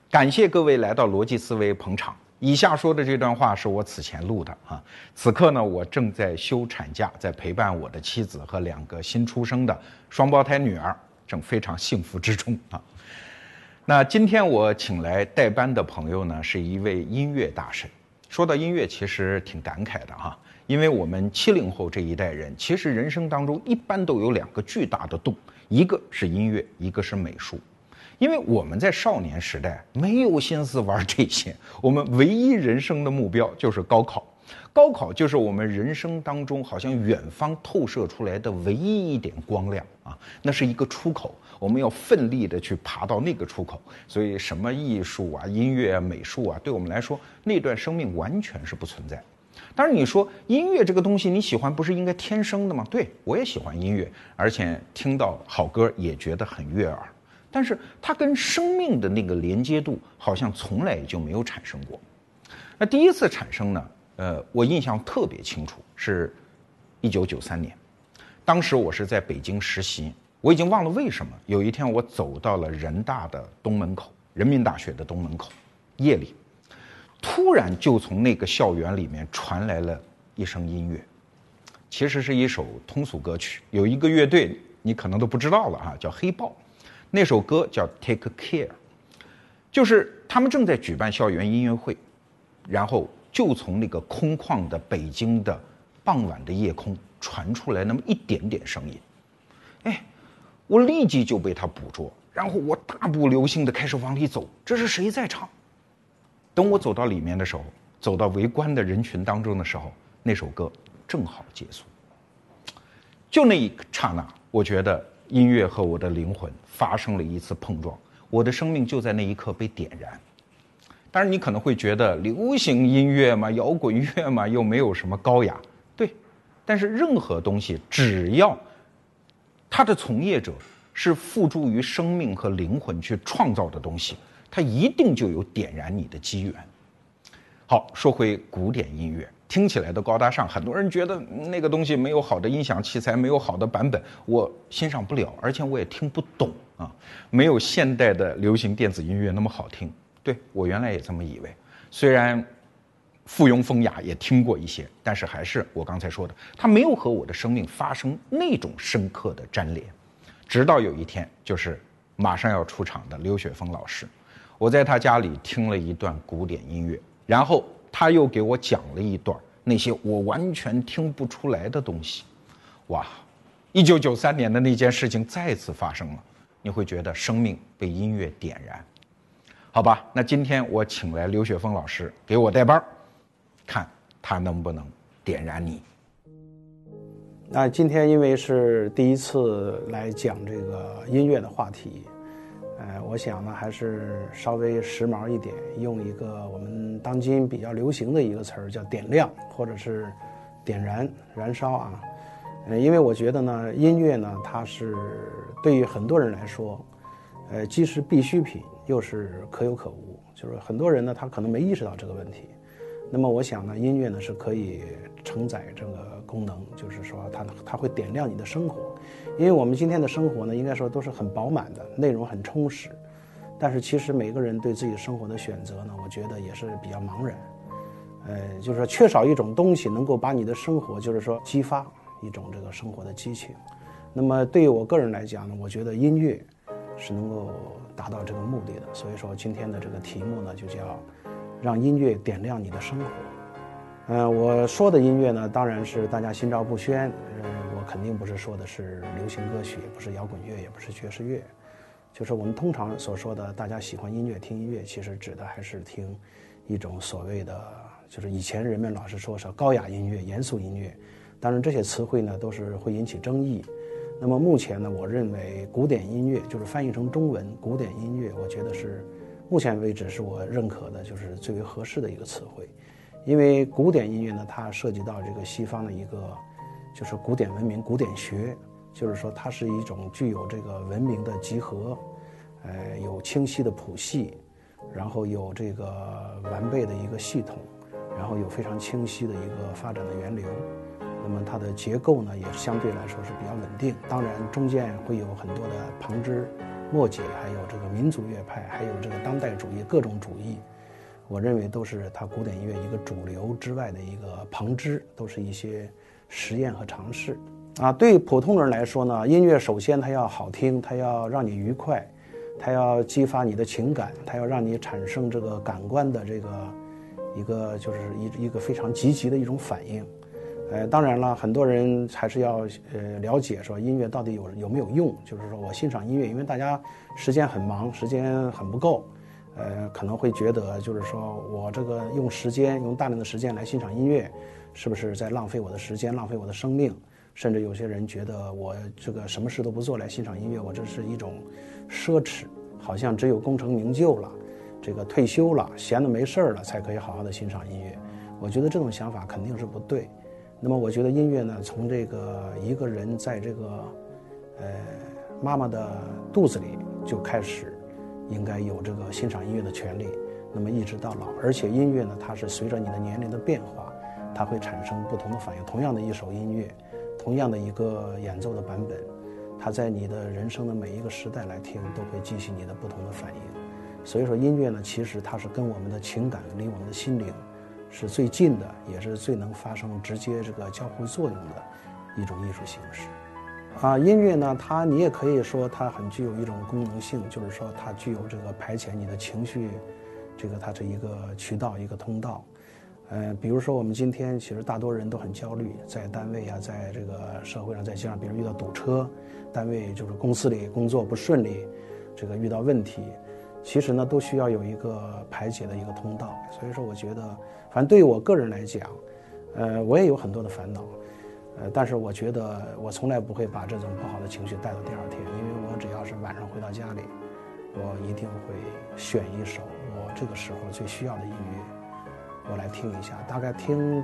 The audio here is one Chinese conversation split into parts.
感谢各位来到逻辑思维捧场。以下说的这段话是我此前录的啊。此刻呢，我正在休产假，在陪伴我的妻子和2个新出生的双胞胎女儿，正非常幸福之中啊。那今天我请来代班的朋友呢，是一位音乐大神。说到音乐，其实挺感慨的哈，因为我们70后这一代人，其实人生当中一般都有2个巨大的洞，一个是音乐，一个是美术。因为我们在少年时代没有心思玩这些，我们唯一人生的目标就是高考。高考就是我们人生当中好像远方透射出来的唯一一点光亮啊，那是一个出口，我们要奋力的去爬到那个出口。所以什么艺术啊、音乐啊、美术啊，对我们来说那段生命完全是不存在。当然你说音乐这个东西你喜欢不是应该天生的吗？对，我也喜欢音乐，而且听到好歌也觉得很悦耳。但是它跟生命的那个连接度好像从来就没有产生过。那第一次产生呢，我印象特别清楚，是1993年。当时我是在北京实习，我已经忘了为什么。有一天我走到了人大的东门口，人民大学的东门口，夜里，突然就从那个校园里面传来了一声音乐，其实是一首通俗歌曲，有一个乐队你可能都不知道了啊，叫黑豹。那首歌叫 Take Care， 就是他们正在举办校园音乐会，然后就从那个空旷的北京的傍晚的夜空传出来那么一点点声音。哎，我立即就被他捕捉，然后我大步流星的开始往里走，这是谁在唱？等我走到里面的时候，走到围观的人群当中的时候，那首歌正好结束。就那一刹那，我觉得音乐和我的灵魂发生了一次碰撞，我的生命就在那一刻被点燃。当然你可能会觉得流行音乐嘛，摇滚乐嘛，又没有什么高雅。对，但是任何东西只要它的从业者是付诸于生命和灵魂去创造的东西，它一定就有点燃你的机缘。好，说回古典音乐，听起来的高大上，很多人觉得那个东西没有好的音响器材，没有好的版本，我欣赏不了，而且我也听不懂啊，没有现代的流行电子音乐那么好听。对，我原来也这么以为，虽然附庸风雅也听过一些，但是还是我刚才说的，它没有和我的生命发生那种深刻的粘连。直到有一天，就是马上要出场的刘雪峰老师，我在他家里听了一段古典音乐，然后他又给我讲了一段那些我完全听不出来的东西。哇，1993年的那件事情再次发生了，你会觉得生命被音乐点燃。好吧，那今天我请来刘雪峰老师给我带班，看他能不能点燃你。 那今天因为是第一次来讲这个音乐的话题，我想呢还是稍微时髦一点，用一个我们当今比较流行的一个词儿叫点亮，或者是点燃、燃烧啊。因为我觉得呢，音乐呢，它是对于很多人来说，既是必需品，又是可有可无。就是很多人呢，他可能没意识到这个问题。那么我想呢，音乐呢是可以承载这个功能，就是说它会点亮你的生活。因为我们今天的生活呢，应该说都是很饱满的，内容很充实，但是其实每个人对自己生活的选择呢，我觉得也是比较茫然。就是说缺少一种东西能够把你的生活，就是说激发一种这个生活的激情。那么对于我个人来讲呢，我觉得音乐是能够达到这个目的的。所以说今天的这个题目呢，就叫让音乐点亮你的生活。我说的音乐呢，当然是大家心照不宣。我肯定不是说的是流行歌曲，也不是摇滚乐，也不是爵士乐，就是我们通常所说的大家喜欢音乐、听音乐，其实指的还是听一种所谓的，就是以前人们老是说是高雅音乐、严肃音乐。当然这些词汇呢都是会引起争议。那么目前呢，我认为古典音乐就是翻译成中文古典音乐，我觉得是目前为止是我认可的，就是最为合适的一个词汇。因为古典音乐呢，它涉及到这个西方的一个就是古典文明、古典学，就是说它是一种具有这个文明的集合，有清晰的谱系，然后有这个完备的一个系统，然后有非常清晰的一个发展的源流。那么它的结构呢，也相对来说是比较稳定。当然中间会有很多的旁支末节，还有这个民族乐派，还有这个当代主义各种主义，我认为都是它古典音乐一个主流之外的一个旁支，都是一些实验和尝试。对普通人来说呢，音乐首先它要好听，它要让你愉快，它要激发你的情感，它要让你产生这个感官的这个一个非常积极的一种反应。当然了，很多人还是要了解说音乐到底有没有用，就是说我欣赏音乐，因为大家时间很忙，时间很不够，可能会觉得就是说我这个用大量的时间来欣赏音乐，是不是在浪费我的时间，浪费我的生命？甚至有些人觉得我这个什么事都不做来欣赏音乐，我这是一种奢侈，好像只有功成名就了，这个退休了，闲的没事了，才可以好好的欣赏音乐。我觉得这种想法肯定是不对。那么我觉得音乐呢，从这个一个人在这个妈妈的肚子里就开始应该有这个欣赏音乐的权利，那么一直到老。而且音乐呢，它是随着你的年龄的变化，它会产生不同的反应。同样的一首音乐，同样的一个演奏的版本，它在你的人生的每一个时代来听，都会激起你的不同的反应。所以说音乐呢，其实它是跟我们的情感离我们的心灵是最近的，也是最能发生直接这个交互作用的一种艺术形式。音乐呢，你也可以说它很具有一种功能性，就是说它具有这个排遣你的情绪，它是一个渠道，一个通道。比如说我们今天其实大多人都很焦虑，在单位啊，在这个社会上，在街上，比如遇到堵车，单位就是公司里工作不顺利，遇到问题，其实呢都需要有一个排解的一个通道。所以说我觉得反正对于我个人来讲，我也有很多的烦恼，但是我觉得我从来不会把这种不好的情绪带到第二天，因为我只要是晚上回到家里，我一定会选一首我这个时候最需要的音乐，我来听一下，大概听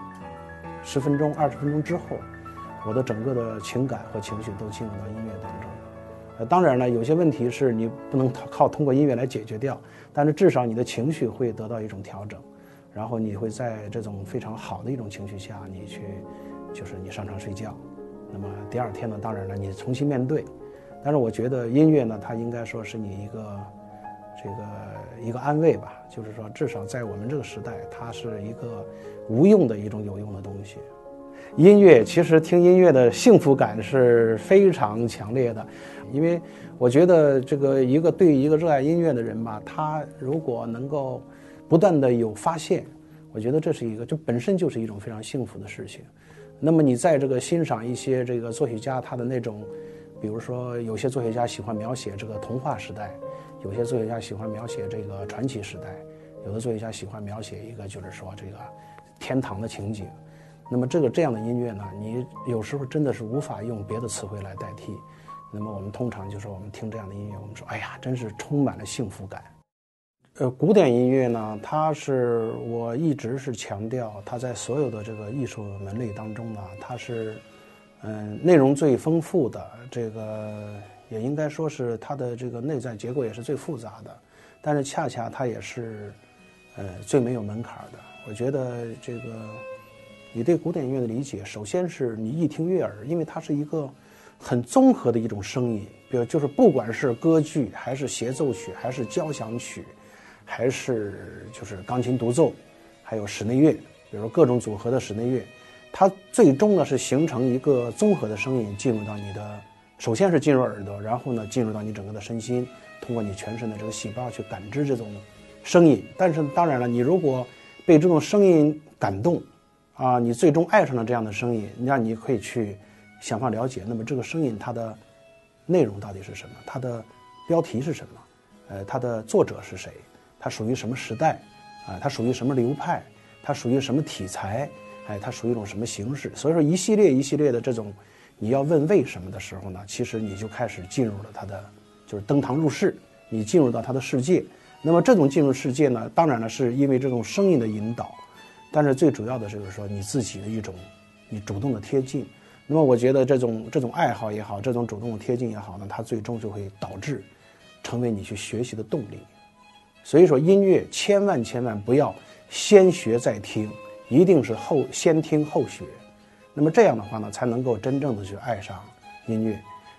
10分钟、20分钟之后，我的整个的情感和情绪都进入到音乐当中。当然了，有些问题是你不能通过音乐来解决掉，但是至少你的情绪会得到一种调整，然后你会在这种非常好的一种情绪下，你上床睡觉。那么第二天呢，当然了，你重新面对。但是我觉得音乐呢，它应该说是你一个安慰吧，就是说至少在我们这个时代，它是一个无用的一种有用的东西。音乐其实听音乐的幸福感是非常强烈的，因为我觉得对于一个热爱音乐的人吧，他如果能够不断的有发现，我觉得这本身就是一种非常幸福的事情。那么你在这个欣赏一些这个作曲家他的那种，比如说有些作曲家喜欢描写这个童话时代，有些作曲家喜欢描写这个传奇时代，有的作曲家喜欢描写一个就是说这个天堂的情景。那么这样的音乐呢，你有时候真的是无法用别的词汇来代替。那么我们通常就说我们听这样的音乐，我们说哎呀，真是充满了幸福感。古典音乐呢，我一直是强调，它在所有的这个艺术门类当中呢，它是内容最丰富的，也应该说是它的这个内在结构也是最复杂的，但是恰恰它也是最没有门槛的。我觉得你对古典音乐的理解，首先是你一听悦耳，因为它是一个很综合的一种声音，比如就是不管是歌剧还是协奏曲还是交响曲，还是就是钢琴独奏，还有室内乐，比如说各种组合的室内乐，它最终呢是形成一个综合的声音进入到你的，首先是进入耳朵，然后呢进入到你整个的身心，通过你全身的这个细胞去感知这种声音。但是当然了，你如果被这种声音感动你最终爱上了这样的声音，那你可以去想法了解，那么这个声音它的内容到底是什么，它的标题是什么，它的作者是谁，它属于什么时代它属于什么流派，它属于什么题材，它属于一种什么形式。所以说一系列的这种你要问为什么的时候呢，其实你就开始进入了它的就是登堂入室，你进入到它的世界。那么这种进入世界呢，当然了是因为这种声音的引导，但是最主要的就是说你自己的一种你主动的贴近。那么我觉得这种爱好也好，这种主动的贴近也好呢，它最终就会导致成为你去学习的动力。所以说音乐千万不要先学再听，一定是先听后学。那么这样的话呢，才能够真正的去爱上音乐。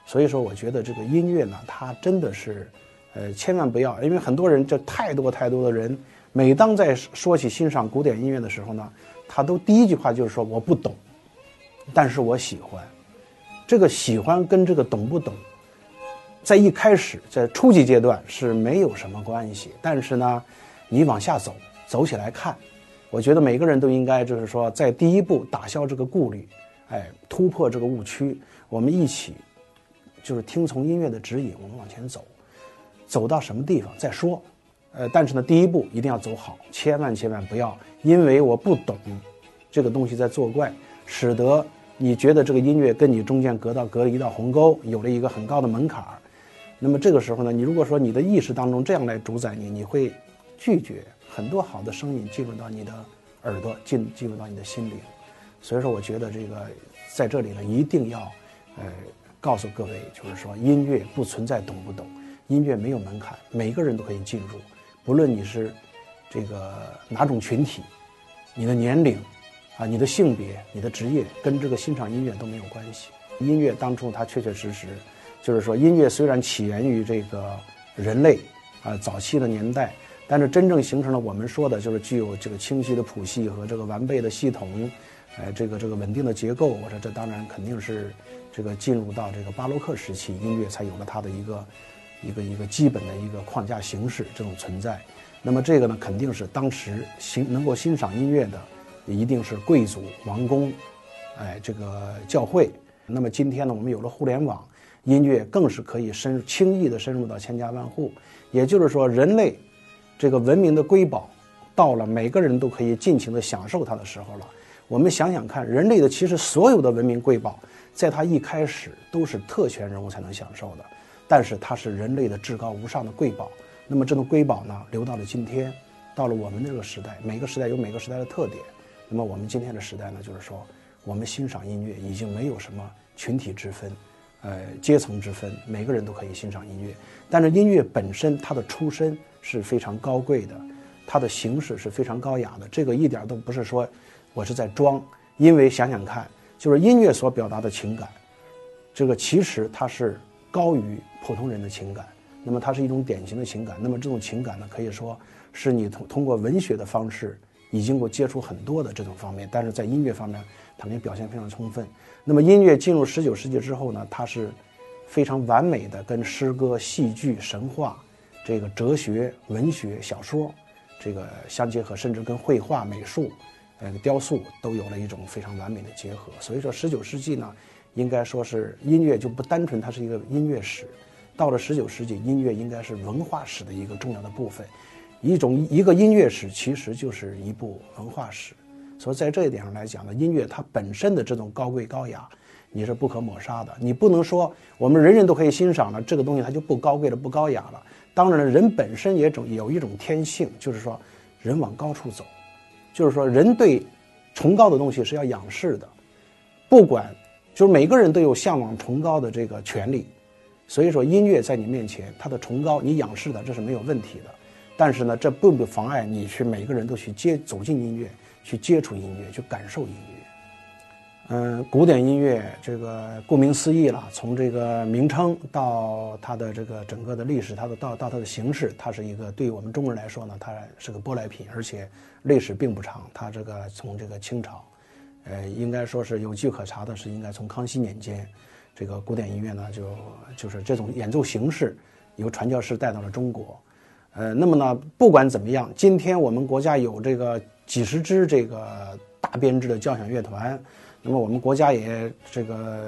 所以说我觉得这个音乐呢，它真的是千万不要，因为很多人这太多的人，每当在说起欣赏古典音乐的时候呢，他都第一句话就是说我不懂，但是我喜欢。这个喜欢跟这个懂不懂，在一开始在初级阶段是没有什么关系，但是呢，你往下走起来看，我觉得每个人都应该就是说，在第一步打消这个顾虑，突破这个误区，我们一起就是听从音乐的指引，我们往前走到什么地方再说。但是呢，第一步一定要走好，千万不要因为我不懂这个东西在作怪，使得你觉得这个音乐跟你中间隔了一道鸿沟，有了一个很高的门槛。那么这个时候呢，你如果说你的意识当中这样来主宰你会拒绝很多好的声音进入到你的耳朵，进入到你的心灵。所以说我觉得这个在这里呢，一定要告诉各位，就是说音乐不存在懂不懂，音乐没有门槛，每个人都可以进入，不论你是这个哪种群体，你的年龄你的性别，你的职业，跟这个欣赏音乐都没有关系。音乐当初它确实就是说，音乐虽然起源于这个人类早期的年代，但是真正形成了我们说的就是具有这个清晰的谱系和这个完备的系统，这个稳定的结构。我说这当然肯定是这个进入到这个巴洛克时期，音乐才有了它的一个基本的一个框架形式这种存在。那么这个呢，肯定是当时能够欣赏音乐的，也一定是贵族、王公，这个教会。那么今天呢，我们有了互联网，音乐更是可以轻易的深入到千家万户。也就是说，人类这个文明的瑰宝到了每个人都可以尽情的享受它的时候了。我们想想看，人类的其实所有的文明瑰宝，在它一开始都是特权人物才能享受的，但是它是人类的至高无上的瑰宝。那么这种瑰宝呢，留到了今天，到了我们这个时代，每个时代有每个时代的特点。那么我们今天的时代呢，就是说我们欣赏音乐已经没有什么群体之分，阶层之分，每个人都可以欣赏音乐。但是音乐本身它的出身是非常高贵的，它的形式是非常高雅的，这个一点都不是说我是在装。因为想想看，就是音乐所表达的情感，这个其实它是高于普通人的情感，那么它是一种典型的情感。那么这种情感呢，可以说是你通过文学的方式已经够接触很多的这种方面，但是在音乐方面它能表现非常充分。那么音乐进入19世纪之后呢，它是非常完美的跟诗歌、戏剧、神话、这个哲学、文学、小说这个相结合，甚至跟绘画、美术、雕塑都有了一种非常完美的结合。所以说19世纪呢，应该说是音乐就不单纯它是一个音乐史，到了19世纪，音乐应该是文化史的一个重要的部分。一个音乐史其实就是一部文化史。所以在这一点上来讲呢，音乐它本身的这种高贵高雅，你是不可抹杀的。你不能说我们人人都可以欣赏了，这个东西它就不高贵了、不高雅了。当然了，人本身也有一种天性，就是说人往高处走，就是说人对崇高的东西是要仰视的，不管就是每个人都有向往崇高的这个权利。所以说音乐在你面前它的崇高，你仰视的这是没有问题的。但是呢，这并不妨碍你去每个人都去走进音乐，去接触音乐，去感受音乐。古典音乐这个顾名思义了，从这个名称到它的这个整个的历史，到它的形式，它是一个对于我们中国人来说呢，它是个舶来品，而且历史并不长。它这个从这个清朝，应该说是有据可查的，是应该从康熙年间，这个古典音乐呢就是这种演奏形式由传教士带到了中国。那么呢，不管怎么样，今天我们国家有这个几十支这个大编制的交响乐团，那么我们国家也这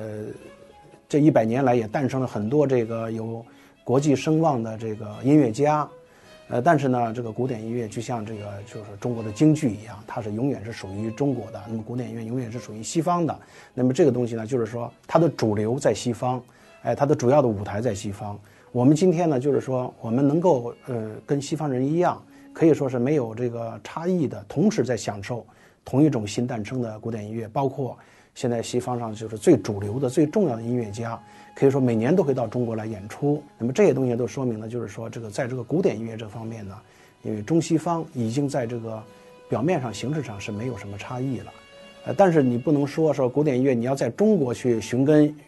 100年来也诞生了很多这个有国际声望的这个音乐家。但是呢，这个古典音乐就像这个就是中国的京剧一样，它是永远是属于中国的，那么古典音乐永远是属于西方的。那么这个东西呢，就是说它的主流在西方，它的主要的舞台在西方。我们今天呢，就是说我们能够跟西方人一样，可以说是没有这个差异的，同时在享受同一种新诞生的古典音乐。包括现在西方上就是最主流的、最重要的音乐家，可以说每年都会到中国来演出。那么这些东西都说明了，就是说这个在这个古典音乐这方面呢，因为中西方已经在这个表面上、形式上是没有什么差异了。但是你不能说古典音乐你要在中国去寻根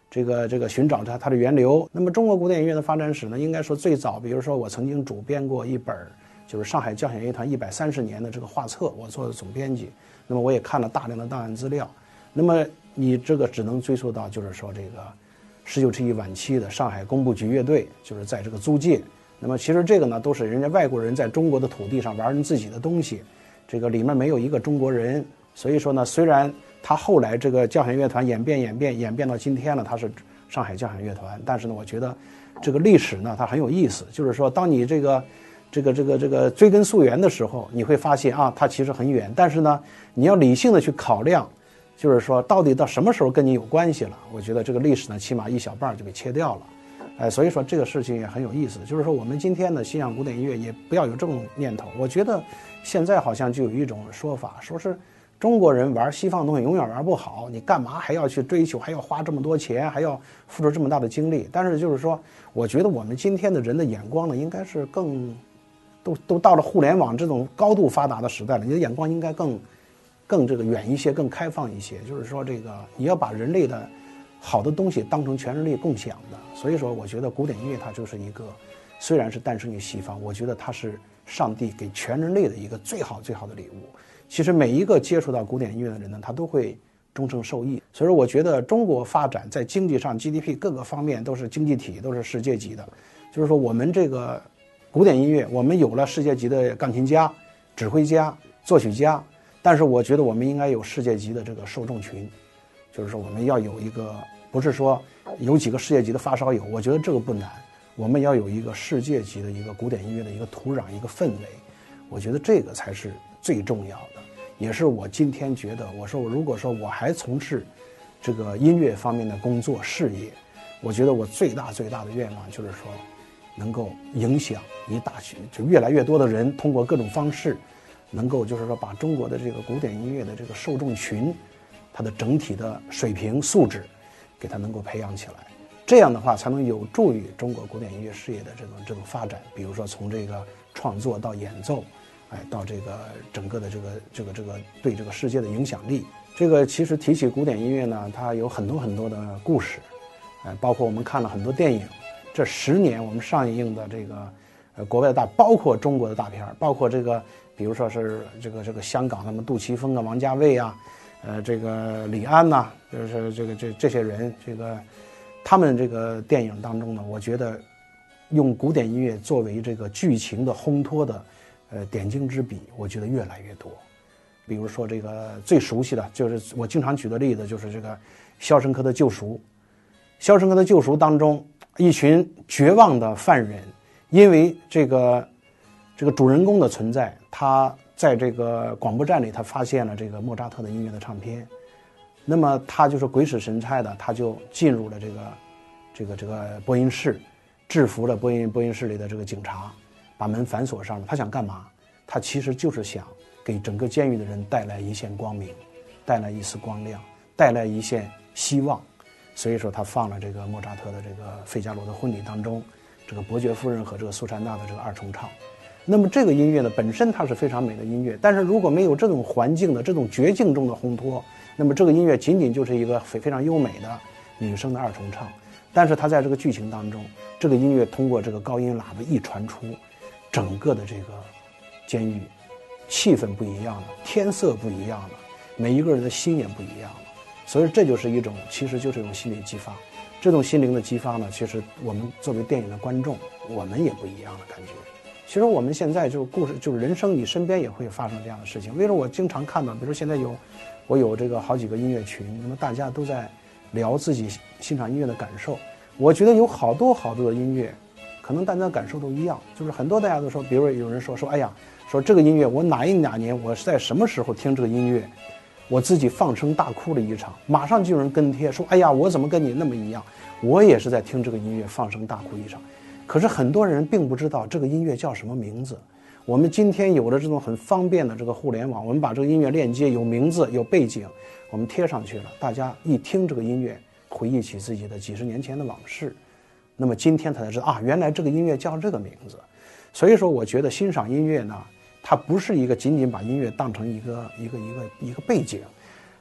这个寻找它的源流。那么中国古典音乐的发展史呢，应该说最早，比如说我曾经主编过一本就是上海交响乐团130年的这个画册，我做的总编辑。那么我也看了大量的档案资料。那么你这个只能追溯到就是说这个19世纪晚期的上海工部局乐队，就是在这个租界。那么其实这个呢都是人家外国人在中国的土地上玩人自己的东西，这个里面没有一个中国人。所以说呢，虽然他后来这个交响乐团演变到今天了，它是上海交响乐团，但是呢，我觉得这个历史呢它很有意思，就是说当你这个追根溯源的时候，你会发现啊，它其实很远，但是呢，你要理性的去考量，就是说到底到什么时候跟你有关系了。我觉得这个历史呢，起码一小半就被切掉了。所以说这个事情也很有意思，就是说我们今天呢欣赏古典音乐也不要有这种念头。我觉得现在好像就有一种说法，说是中国人玩西方东西永远玩不好，你干嘛还要去追求，还要花这么多钱，还要付出这么大的精力？但是就是说，我觉得我们今天的人的眼光呢，应该是都到了互联网这种高度发达的时代了，你的眼光应该更这个远一些，更开放一些。就是说，这个你要把人类的好的东西当成全人类共享的。所以说，我觉得古典音乐它就是一个，虽然是诞生于西方，我觉得它是上帝给全人类的一个最好的礼物。其实每一个接触到古典音乐的人呢，他都会终生受益。所以说，我觉得中国发展在经济上 GDP 各个方面都是经济体，都是世界级的。就是说，我们这个古典音乐，我们有了世界级的钢琴家、指挥家、作曲家，但是我觉得我们应该有世界级的这个受众群。就是说，我们要有一个，不是说有几个世界级的发烧友，我觉得这个不难。我们要有一个世界级的一个古典音乐的一个土壤、一个氛围，我觉得这个才是最重要的。也是我今天觉得，我说如果说我还从事这个音乐方面的工作事业，我觉得我最大的愿望就是说，能够影响一大群，就越来越多的人通过各种方式，能够就是说把中国的这个古典音乐的这个受众群，它的整体的水平素质，给它能够培养起来。这样的话，才能有助于中国古典音乐事业的这种发展。比如说从这个创作到演奏。到这个整个的这个对这个世界的影响力，这个其实提起古典音乐呢，它有很多的故事，包括我们看了很多电影，这10年我们上映的这个国外的包括中国的大片，包括这个比如说是这个香港那么杜琪峰啊、王家卫啊，这个李安呐，就是这些人，这个他们这个电影当中呢，我觉得用古典音乐作为这个剧情的烘托的。点睛之笔，我觉得越来越多。比如说这个最熟悉的就是我经常举的例子，就是这个《肖申克的救赎》。《肖申克的救赎》当中，一群绝望的犯人，因为这个主人公的存在，他在这个广播站里，他发现了这个莫扎特的音乐的唱片。那么他就是鬼使神差的，他就进入了这个播音室，制服了播音室里的这个警察。把门反锁上了，他想干嘛？他其实就是想给整个监狱的人带来一线光明，带来一丝光亮，带来一线希望。所以说，他放了这个莫扎特的这个《费加罗的婚礼》当中，这个伯爵夫人和这个苏珊娜的这个2重唱。那么这个音乐呢，本身它是非常美的音乐，但是如果没有这种环境的这种绝境中的烘托，那么这个音乐仅仅就是一个非常优美的女生的2重唱。但是它在这个剧情当中，这个音乐通过这个高音喇叭一传出。整个的这个监狱气氛不一样了，天色不一样了，每一个人的心也不一样了。所以这就是其实就是一种心理激发。这种心灵的激发呢，其实我们作为电影的观众，我们也不一样的感觉。其实我们现在就故事就是人生，你身边也会发生这样的事情。为了我经常看到，比如现在我有这个好几个音乐群，那么大家都在聊自己欣赏音乐的感受。我觉得有好多的音乐。可能大家的感受都一样，就是很多大家都说，比如有人说，哎呀，说这个音乐我哪年我是在什么时候听这个音乐，我自己放声大哭了一场，马上就有人跟帖说，哎呀，我怎么跟你那么一样，我也是在听这个音乐放声大哭一场。可是很多人并不知道这个音乐叫什么名字。我们今天有了这种很方便的这个互联网，我们把这个音乐链接有名字有背景，我们贴上去了，大家一听这个音乐，回忆起自己的几十年前的往事。那么今天他才知道啊，原来这个音乐叫这个名字。所以说，我觉得欣赏音乐呢，它不是一个仅仅把音乐当成一个背景，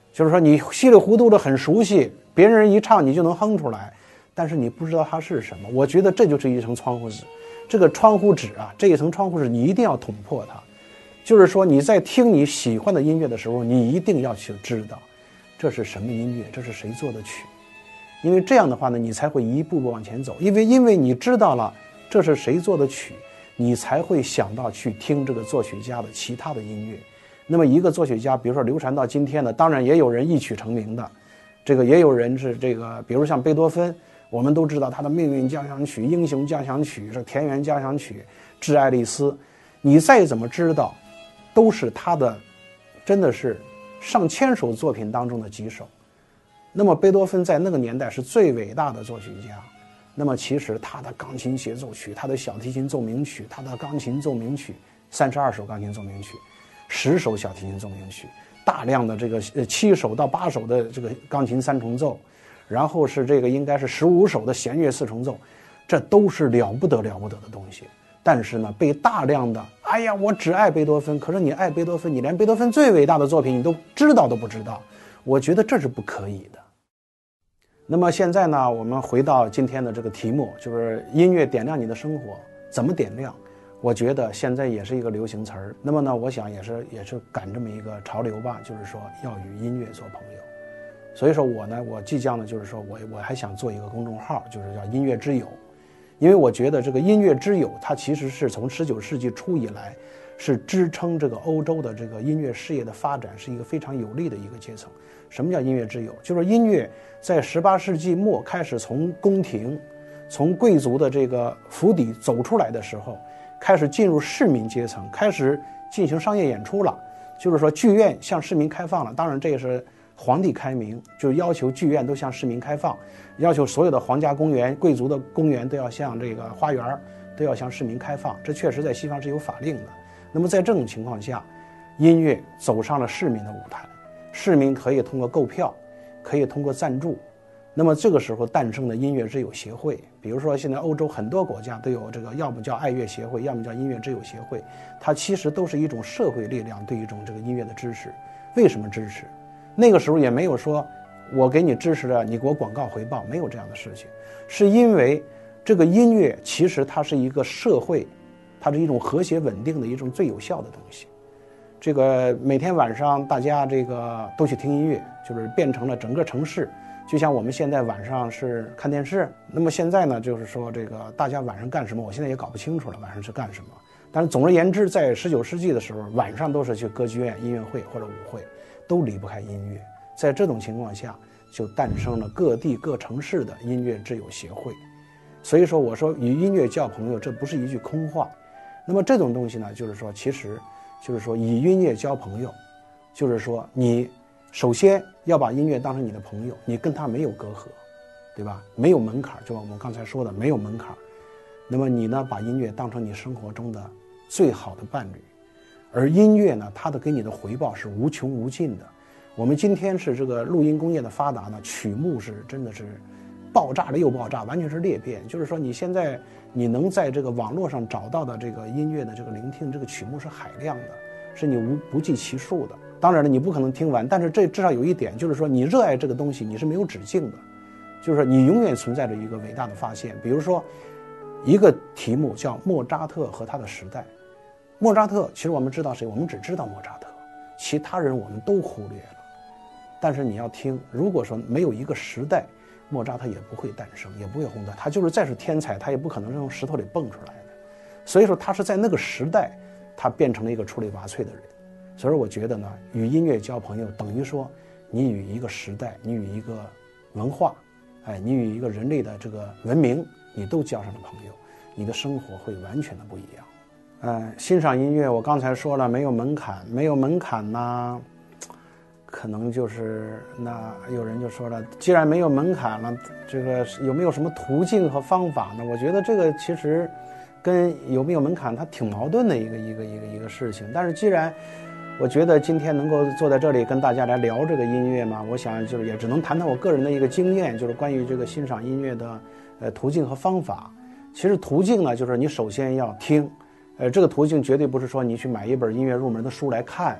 就是说你稀里糊涂的很熟悉，别人一唱你就能哼出来，但是你不知道它是什么。我觉得这就是一层窗户纸，这个窗户纸啊，这一层窗户纸你一定要捅破它。就是说你在听你喜欢的音乐的时候，你一定要去知道这是什么音乐，这是谁做的曲。因为这样的话呢，你才会一步步往前走。因为你知道了这是谁做的曲，你才会想到去听这个作曲家的其他的音乐。那么一个作曲家，比如说流传到今天的，当然也有人一曲成名的，这个也有人是这个，比如像贝多芬，我们都知道他的命运交响曲、英雄交响曲、这田园交响曲、致爱丽丝，你再怎么知道，都是他的真的是上千首作品当中的几首。那么贝多芬在那个年代是最伟大的作曲家，那么其实他的钢琴协奏曲、他的小提琴奏鸣曲、他的钢琴奏鸣曲，32首钢琴奏鸣曲，10首小提琴奏鸣曲，大量的这个7首到8首的这个钢琴3重奏，然后是这个应该是15首的弦乐4重奏，这都是了不得的东西。但是呢，被大量的哎呀，我只爱贝多芬，可是你爱贝多芬，你连贝多芬最伟大的作品你都知道都不知道，我觉得这是不可以的。那么现在呢，我们回到今天的这个题目，就是音乐点亮你的生活，怎么点亮？我觉得现在也是一个流行词儿。那么呢，我想也是赶这么一个潮流吧，就是说要与音乐做朋友。所以说我即将呢，就是说我还想做一个公众号，就是叫音乐之友。因为我觉得这个音乐之友，它其实是从19世纪初以来，是支撑这个欧洲的这个音乐事业的发展，是一个非常有力的一个阶层。什么叫音乐之友？就是音乐在18世纪末开始从宫廷、从贵族的这个府邸走出来的时候，开始进入市民阶层，开始进行商业演出了。就是说剧院向市民开放了，当然这也是皇帝开明，就要求剧院都向市民开放，要求所有的皇家公园、贵族的公园都要向这个花园都要向市民开放。这确实在西方是有法令的。那么在这种情况下，音乐走上了市民的舞台，市民可以通过购票，可以通过赞助。那么这个时候诞生的音乐之友协会，比如说现在欧洲很多国家都有这个，要么叫爱乐协会，要么叫音乐之友协会，它其实都是一种社会力量对一种这个音乐的支持。为什么支持？那个时候也没有说我给你支持了，你给我广告回报，没有这样的事情，是因为这个音乐其实它是一个社会，它是一种和谐稳定的一种最有效的东西。这个每天晚上大家这个都去听音乐，就是变成了整个城市，就像我们现在晚上是看电视。那么现在呢，就是说这个大家晚上干什么，我现在也搞不清楚了，晚上是干什么。但是总而言之，在19世纪的时候，晚上都是去歌剧院、音乐会或者舞会，都离不开音乐。在这种情况下，就诞生了各地各城市的音乐之友协会。所以说，我说与音乐交朋友，这不是一句空话。那么这种东西呢，就是说，其实就是说以音乐交朋友，就是说你首先要把音乐当成你的朋友，你跟他没有隔阂，对吧？没有门槛，就我们刚才说的没有门槛。那么你呢，把音乐当成你生活中的最好的伴侣，而音乐呢，它的给你的回报是无穷无尽的。我们今天是这个录音工业的发达呢，曲目是真的是爆炸了又爆炸，完全是裂变。就是说你现在你能在这个网络上找到的这个音乐的这个聆听，这个曲目是海量的，是你不计其数的。当然了，你不可能听完，但是这至少有一点，就是说你热爱这个东西，你是没有止境的，就是说你永远存在着一个伟大的发现。比如说一个题目叫莫扎特和他的时代。莫扎特其实我们知道谁？我们只知道莫扎特，其他人我们都忽略了。但是你要听，如果说没有一个时代，莫扎特也不会诞生，也不会红的。他就是再是天才，他也不可能是从石头里蹦出来的。所以说他是在那个时代，他变成了一个出类拔萃的人。所以我觉得呢，与音乐交朋友，等于说你与一个时代，你与一个文化，你与一个人类的这个文明，你都交上了朋友，你的生活会完全的不一样。欣赏音乐，我刚才说了没有门槛，没有门槛呢，可能就是那有人就说了，既然没有门槛了，这个有没有什么途径和方法呢？我觉得这个其实跟有没有门槛它挺矛盾的一个事情。但是既然我觉得今天能够坐在这里跟大家来聊这个音乐嘛，我想就是也只能谈谈我个人的一个经验，就是关于这个欣赏音乐的途径和方法。其实途径呢，就是你首先要听，这个途径绝对不是说你去买一本音乐入门的书来看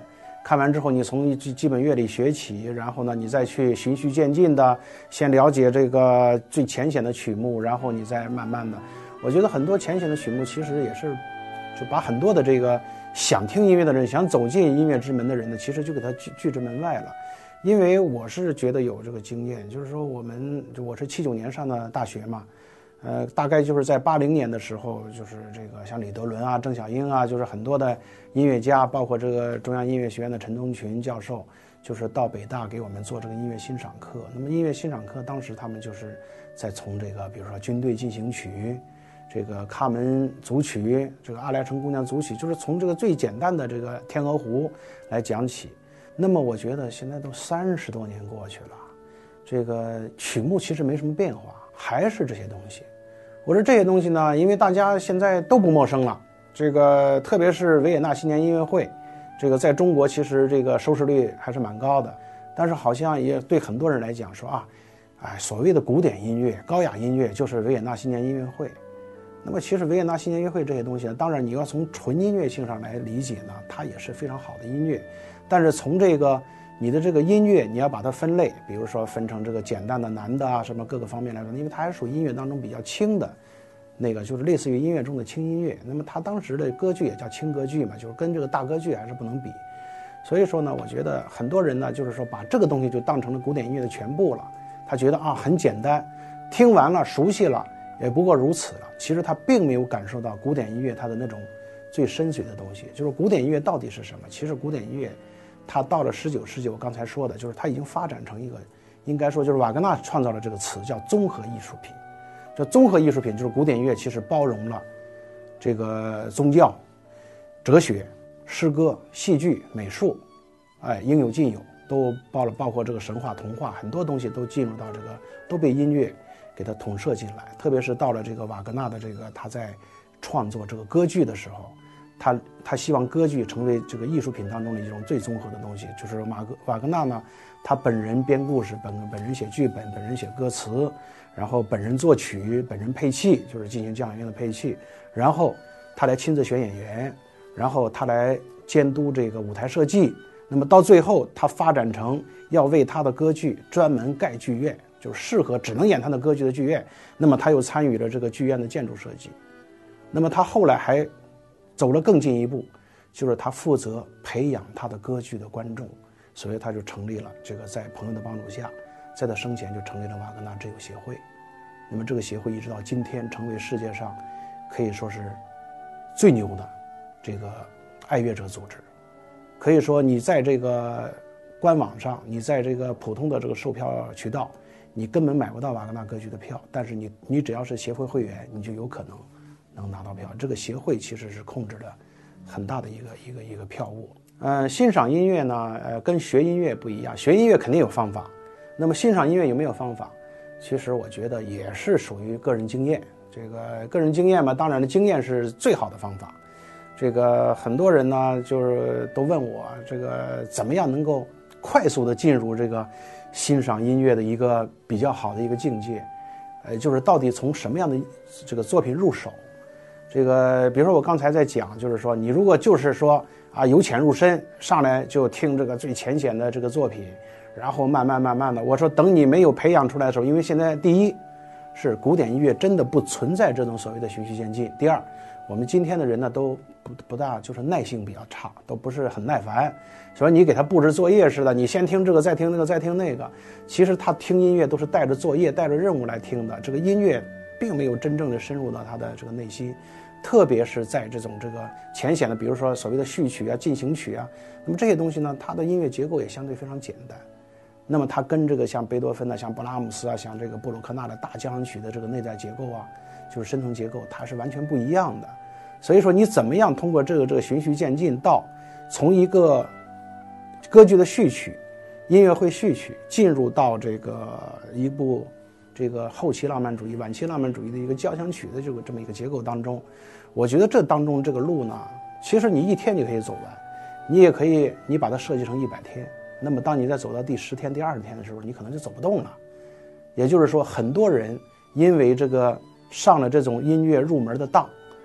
看完之后，你从基本乐理学起，然后呢，你再去循序渐进的先了解这个最浅显的曲目，然后你再慢慢的。我觉得很多浅显的曲目其实也是，就把很多的这个想听音乐的人、想走进音乐之门的人呢，其实就给他拒之门外了。因为我是觉得有这个经验，就是说我是79年上的大学嘛。大概就是在80年的时候，就是这个像李德伦啊、郑小英啊，就是很多的音乐家，包括这个中央音乐学院的陈东群教授，就是到北大给我们做这个音乐欣赏课。那么音乐欣赏课当时他们就是在从这个比如说军队进行曲、这个卡门组曲、这个阿莱城姑娘组曲，就是从这个最简单的这个天鹅湖来讲起。那么我觉得现在都30多年过去了，这个曲目其实没什么变化，还是这些东西。我说这些东西呢，因为大家现在都不陌生了，这个特别是维也纳新年音乐会，这个在中国其实这个收视率还是蛮高的，但是好像也对很多人来讲说所谓的古典音乐、高雅音乐就是维也纳新年音乐会。那么其实维也纳新年音乐会这些东西呢，当然你要从纯音乐性上来理解呢，它也是非常好的音乐，但是从这个你的这个音乐，你要把它分类，比如说分成这个简单的、难的啊，什么各个方面来说，因为它还是属于音乐当中比较轻的，那个就是类似于音乐中的轻音乐。那么它当时的歌剧也叫轻歌剧嘛，就是跟这个大歌剧还是不能比。所以说呢，我觉得很多人呢，就是说把这个东西就当成了古典音乐的全部了。他觉得很简单，听完了熟悉了，也不过如此了。其实他并没有感受到古典音乐它的那种最深邃的东西，就是古典音乐到底是什么？其实古典音乐。它到了19世纪，我刚才说的，就是它已经发展成一个，应该说就是瓦格纳创造了这个词叫综合艺术品。这综合艺术品就是古典音乐其实包容了这个宗教、哲学、诗歌、戏剧、美术，应有尽有，都包括这个神话、童话，很多东西都进入到这个，都被音乐给它统摄进来。特别是到了这个瓦格纳的这个他在创作这个歌剧的时候。他希望歌剧成为这个艺术品当中的一种最综合的东西，就是瓦格纳呢，他本人编故事，本人写剧本，本人写歌词，然后本人作曲，本人配器，就是进行交响乐的配器，然后他来亲自选演员，然后他来监督这个舞台设计。那么到最后，他发展成要为他的歌剧专门盖剧院，就是适合只能演他的歌剧的剧院。那么他又参与了这个剧院的建筑设计。那么他后来还走了更进一步，就是他负责培养他的歌剧的观众，所以他就成立了这个，在朋友的帮助下，在他生前就成立了瓦格纳之友协会。那么这个协会一直到今天成为世界上可以说是最牛的这个爱乐者组织。可以说你在这个官网上，你在这个普通的这个售票渠道，你根本买不到瓦格纳歌剧的票，但是你只要是协会会员，你就有可能拿到票。这个协会其实是控制了很大的一个票务。欣赏音乐呢，跟学音乐不一样，学音乐肯定有方法，那么欣赏音乐有没有方法？其实我觉得也是属于个人经验。这个个人经验嘛，当然了，经验是最好的方法。这个很多人呢，就是都问我，这个怎么样能够快速的进入这个欣赏音乐的一个比较好的一个境界？就是到底从什么样的这个作品入手？这个比如说我刚才在讲，就是说你如果就是说由浅入深，上来就听这个最浅显的这个作品，然后慢慢的，我说等你没有培养出来的时候，因为现在第一是古典音乐真的不存在这种所谓的循序渐进，第二我们今天的人呢都不大，就是耐性比较差，都不是很耐烦，所以你给他布置作业似的，你先听这个再听那个再听那个，其实他听音乐都是带着作业带着任务来听的，这个音乐并没有真正的深入到他的这个内心，特别是在这种这个浅显的，比如说所谓的序曲啊、进行曲啊，那么这些东西呢，它的音乐结构也相对非常简单。那么它跟这个像贝多芬啊、像勃拉姆斯啊、像这个布鲁克纳的大交响曲的这个内在结构啊，就是深层结构，它是完全不一样的。所以说，你怎么样通过这个循序渐进，到从一个歌剧的序曲、音乐会序曲，进入到这个一部这个后期浪漫主义、晚期浪漫主义的一个交响曲的这么一个结构当中，我觉得这当中这个路呢，其实你一天就可以走完，你也可以你把它设计成100天。那么当你在走到第10天、第20天的时候，你可能就走不动了。也就是说，很多人因为这个上了这种音乐入门的当，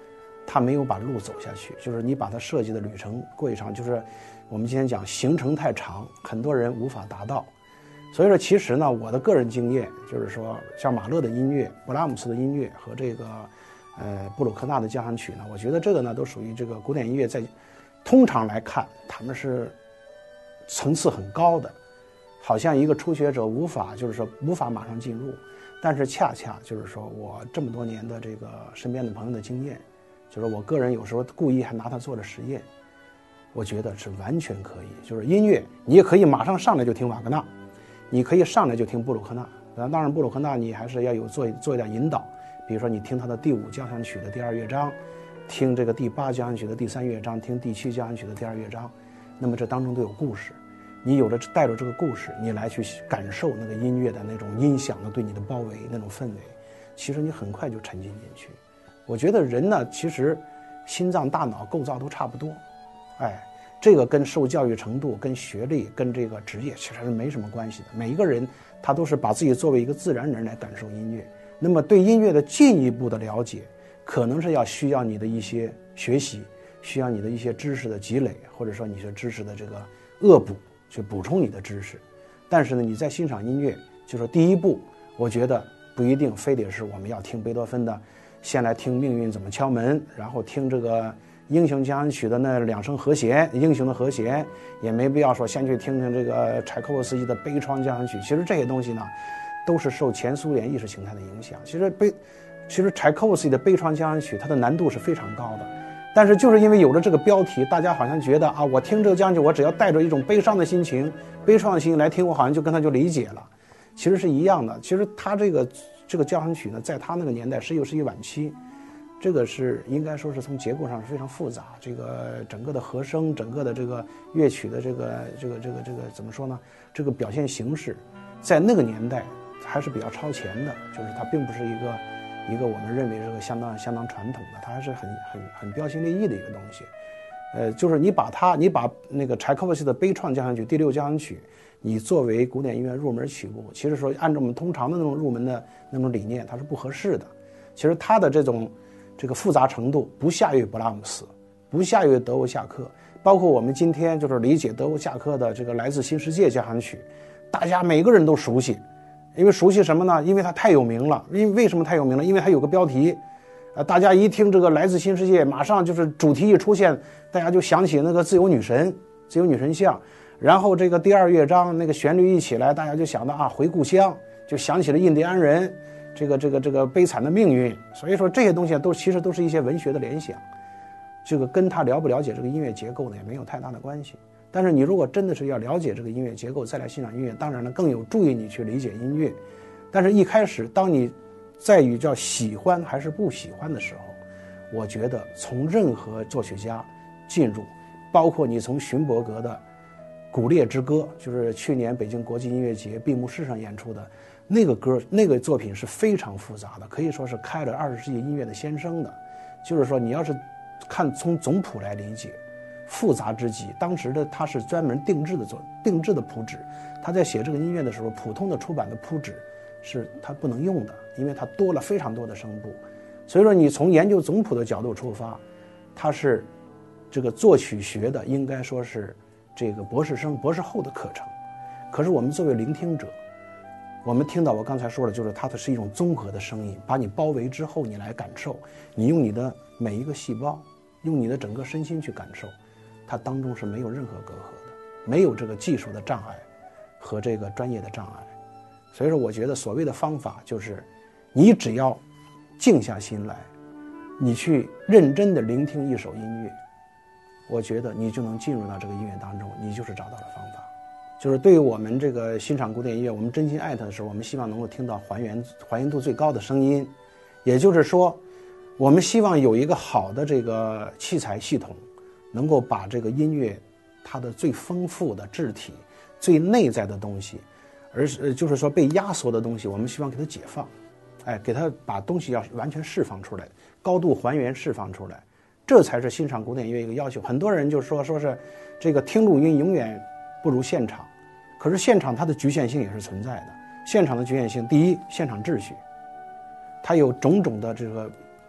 他没有把路走下去，就是你把他设计的旅程过一场，就是我们今天讲行程太长，很多人无法达到。所以说，其实呢，我的个人经验就是说，像马勒的音乐、勃拉姆斯的音乐和这个布鲁克纳的交响曲呢，我觉得这个呢都属于这个古典音乐在通常来看，他们是层次很高的，好像一个初学者无法马上进入。但是恰恰就是说我这么多年的这个身边的朋友的经验，就是我个人有时候故意还拿它做了实验，我觉得是完全可以。就是音乐，你也可以马上上来就听瓦格纳，你可以上来就听布鲁克纳。当然布鲁克纳你还是要有做一点引导，比如说你听他的第5交响曲的第2乐章，听这个第8交响曲的第3乐章，听第7交响曲的第2乐章，那么这当中都有故事。你带着这个故事，你来去感受那个音乐的那种音响的对你的包围那种氛围，其实你很快就沉浸进去。我觉得人呢，其实心脏大脑构造都差不多，这个跟受教育程度、跟学历、跟这个职业其实是没什么关系的。每一个人他都是把自己作为一个自然人来感受音乐。那么对音乐的进一步的了解，可能是需要你的一些学习，需要你的一些知识的积累，或者说你的知识的这个恶补，去补充你的知识。但是呢，你在欣赏音乐，就说第一步，我觉得不一定非得是我们要听贝多芬的，先来听命运怎么敲门，然后听这个英雄交响曲的那2声和弦，英雄的和弦，也没必要说先去听听这个柴可夫斯基的悲怆交响曲。其实这些东西呢，都是受前苏联意识形态的影响。其实柴可夫斯基的悲怆交响曲，它的难度是非常高的。但是就是因为有了这个标题，大家好像觉得啊，我听这个交响曲，我只要带着一种悲伤的心情、悲怆的心情来听，我好像就跟他就理解了。其实是一样的。其实他这个交响曲呢，在他那个年代19世纪晚期，这个是应该说是从结构上是非常复杂。这个整个的和声，整个的这个乐曲的这个怎么说呢？这个表现形式，在那个年代还是比较超前的，就是它并不是一个我们认为这个相当传统的，它还是很标新立异的一个东西。就是你把那个柴可夫斯基的悲怆交响曲第6交响曲，你作为古典音乐入门曲目，其实说按照我们通常的那种入门的那种理念，它是不合适的。其实它的这个复杂程度不下于勃拉姆斯，不下于德沃夏克，包括我们今天就是理解德沃夏克的这个来自新世界交响曲，大家每个人都熟悉。因为熟悉什么呢？因为它太有名了。为什么太有名了？因为它有个标题，大家一听这个来自新世界，马上就是主题一出现，大家就想起那个自由女神像，然后这个第2乐章那个旋律一起来，大家就想到啊回故乡，就想起了印第安人这个悲惨的命运。所以说这些东西其实都是一些文学的联想，这个跟他了不了解这个音乐结构呢也没有太大的关系。但是你如果真的是要了解这个音乐结构再来欣赏音乐，当然了更有助于你去理解音乐。但是一开始当你在于叫喜欢还是不喜欢的时候，我觉得从任何作曲家进入，包括你从勋伯格的《古列之歌》，就是去年北京国际音乐节闭幕式上演出的那个歌，那个作品是非常复杂的，可以说是开了20世纪音乐的先声的。就是说你要是看从总谱来理解，复杂之极。当时的他是专门定制的谱纸，他在写这个音乐的时候，普通的出版的谱纸是他不能用的，因为它多了非常多的声部。所以说你从研究总谱的角度出发，它是这个作曲学的应该说是这个博士后的课程。可是我们作为聆听者，我们听到我刚才说的就是它是一种综合的声音，把你包围之后你来感受，你用你的每一个细胞，用你的整个身心去感受，它当中是没有任何隔阂的，没有这个技术的障碍和这个专业的障碍。所以说我觉得所谓的方法就是你只要静下心来，你去认真的聆听一首音乐，我觉得你就能进入到这个音乐当中，你就是找到了方法。就是对于我们这个欣赏古典音乐，我们真心爱它的时候，我们希望能够听到还原度最高的声音。也就是说我们希望有一个好的这个器材系统，能够把这个音乐它的最丰富的质体、最内在的东西，就是说被压缩的东西，我们希望给它解放，给它把东西要完全释放出来，高度还原释放出来，这才是欣赏古典音乐一个要求。很多人就说是这个听录音永远不如现场，可是现场它的局限性也是存在的。现场的局限性，第一，现场秩序，它有种种的这个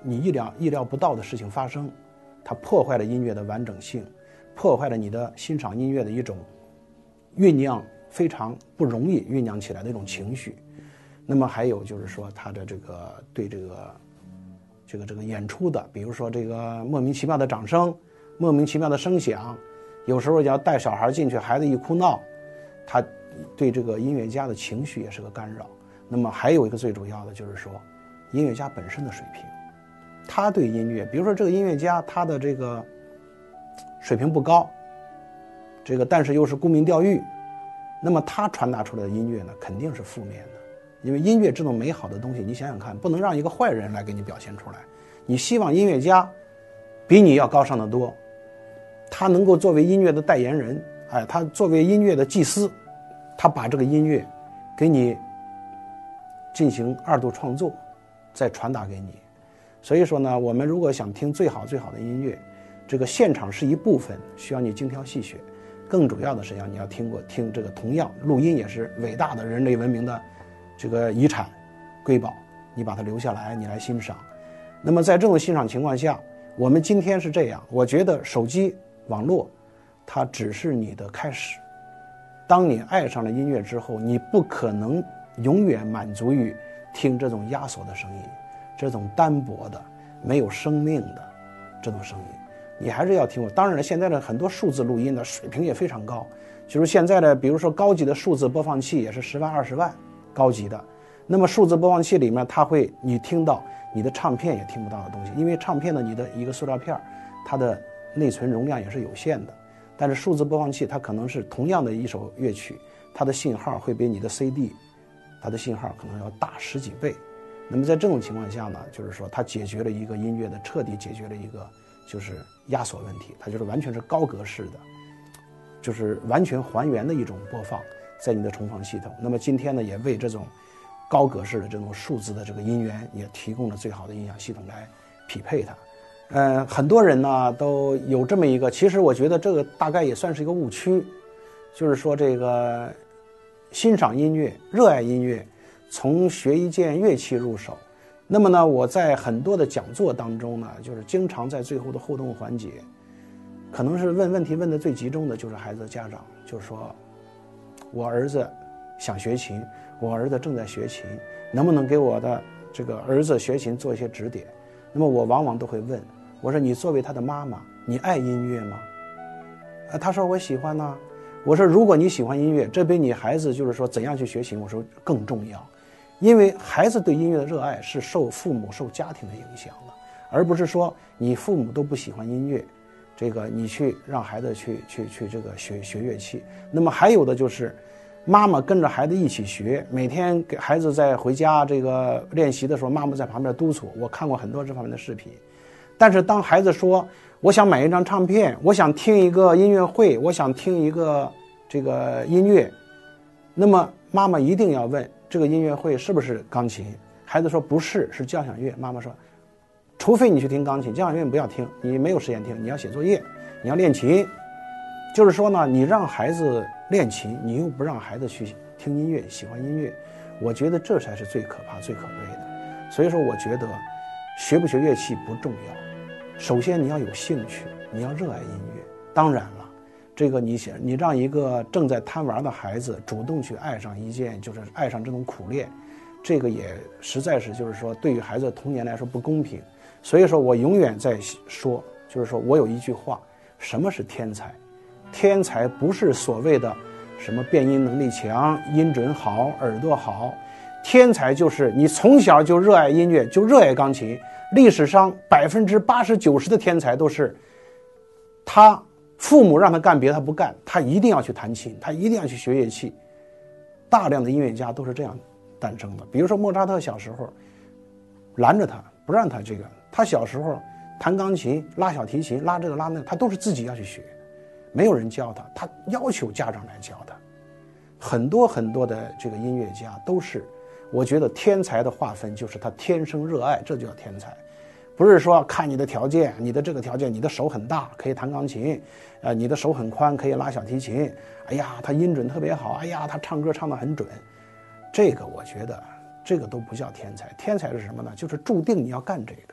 你意料不到的事情发生，它破坏了音乐的完整性，破坏了你的欣赏音乐的一种酝酿非常不容易酝酿起来的一种情绪。那么还有就是说他的这个对这个演出的，比如说这个莫名其妙的掌声，莫名其妙的声响，有时候要带小孩进去，孩子一哭闹，他对这个音乐家的情绪也是个干扰。那么还有一个最主要的就是说音乐家本身的水平，他对音乐，比如说这个音乐家他的这个水平不高，但是又是沽名钓誉，那么他传达出来的音乐呢肯定是负面的。因为音乐这种美好的东西，你想想看，不能让一个坏人来给你表现出来。你希望音乐家比你要高尚得多，他能够作为音乐的代言人，他作为音乐的祭司，他把这个音乐给你进行二度创作，再传达给你。所以说呢，我们如果想听最好的音乐，这个现场是一部分，需要你精挑细选。更主要的是你要听这个，同样录音也是伟大的人类文明的这个遗产瑰宝，你把它留下来，你来欣赏。那么在这种欣赏情况下，我们今天是这样，我觉得手机网络它只是你的开始。当你爱上了音乐之后，你不可能永远满足于听这种压缩的声音，这种单薄的没有生命的这种声音，你还是要听。当然了，现在的很多数字录音的水平也非常高，就是现在的比如说高级的数字播放器也是10万20万高级的。那么数字播放器里面，它会你听到你的唱片也听不到的东西，因为唱片的你的一个塑料片，它的内存容量也是有限的。但是数字播放器它可能是同样的一首乐曲，它的信号会比你的 CD 它的信号可能要大10几倍。那么在这种情况下呢，就是说它解决了一个音乐的彻底解决了一个就是压缩问题，它就是完全是高格式的，就是完全还原的一种播放在你的重放系统。那么今天呢，也为这种高格式的这种数字的这个音源也提供了最好的音响系统来匹配它。很多人呢都有这么一个，其实我觉得这个大概也算是一个误区，就是说这个欣赏音乐、热爱音乐，从学一件乐器入手。那么呢，我在很多的讲座当中呢，就是经常在最后的互动环节，可能是问问题问的最集中的就是孩子的家长，就是说我儿子想学琴，我儿子正在学琴，能不能给我的这个儿子学琴做一些指点？那么我往往都会问，我说你作为他的妈妈，你爱音乐吗？他说我喜欢呢。我说如果你喜欢音乐，这比你孩子就是说怎样去学琴，我说更重要。因为孩子对音乐的热爱是受父母、受家庭的影响的，而不是说你父母都不喜欢音乐，这个你去让孩子去这个学乐器。那么还有的就是妈妈跟着孩子一起学，每天给孩子在回家这个练习的时候，妈妈在旁边督促。我看过很多这方面的视频。但是当孩子说我想买一张唱片，我想听一个音乐会，我想听一个这个音乐，那么妈妈一定要问这个音乐会是不是钢琴。孩子说不是，是交响乐。妈妈说除非你去听钢琴，交响乐你不要听，你没有时间听，你要写作业，你要练琴。就是说呢，你让孩子练琴，你又不让孩子去听音乐，喜欢音乐，我觉得这才是最可怕最可悲的。所以说我觉得学不学乐器不重要，首先你要有兴趣，你要热爱音乐。当然了，这个你让一个正在贪玩的孩子主动去爱上一件，就是爱上这种苦练，这个也实在是就是说对于孩子的童年来说不公平。所以说我永远在说，就是说我有一句话，什么是天才？天才不是所谓的什么变音能力强、音准好、耳朵好，天才就是你从小就热爱音乐，就热爱钢琴。历史上80%、90%的天才都是他父母让他干别的他不干，他一定要去弹琴，他一定要去学乐器。大量的音乐家都是这样诞生的。比如说莫扎特小时候拦着他不让他这个，他小时候弹钢琴、拉小提琴、拉这个拉那个，他都是自己要去学，没有人教他，他要求家长来教他。很多的这个音乐家都是，我觉得天才的划分就是他天生热爱，这就叫天才。不是说看你的条件，你的这个条件，你的手很大可以弹钢琴，你的手很宽可以拉小提琴，哎呀他音准特别好，哎呀他唱歌唱得很准，这个我觉得这个都不叫天才。天才是什么呢？就是注定你要干这个。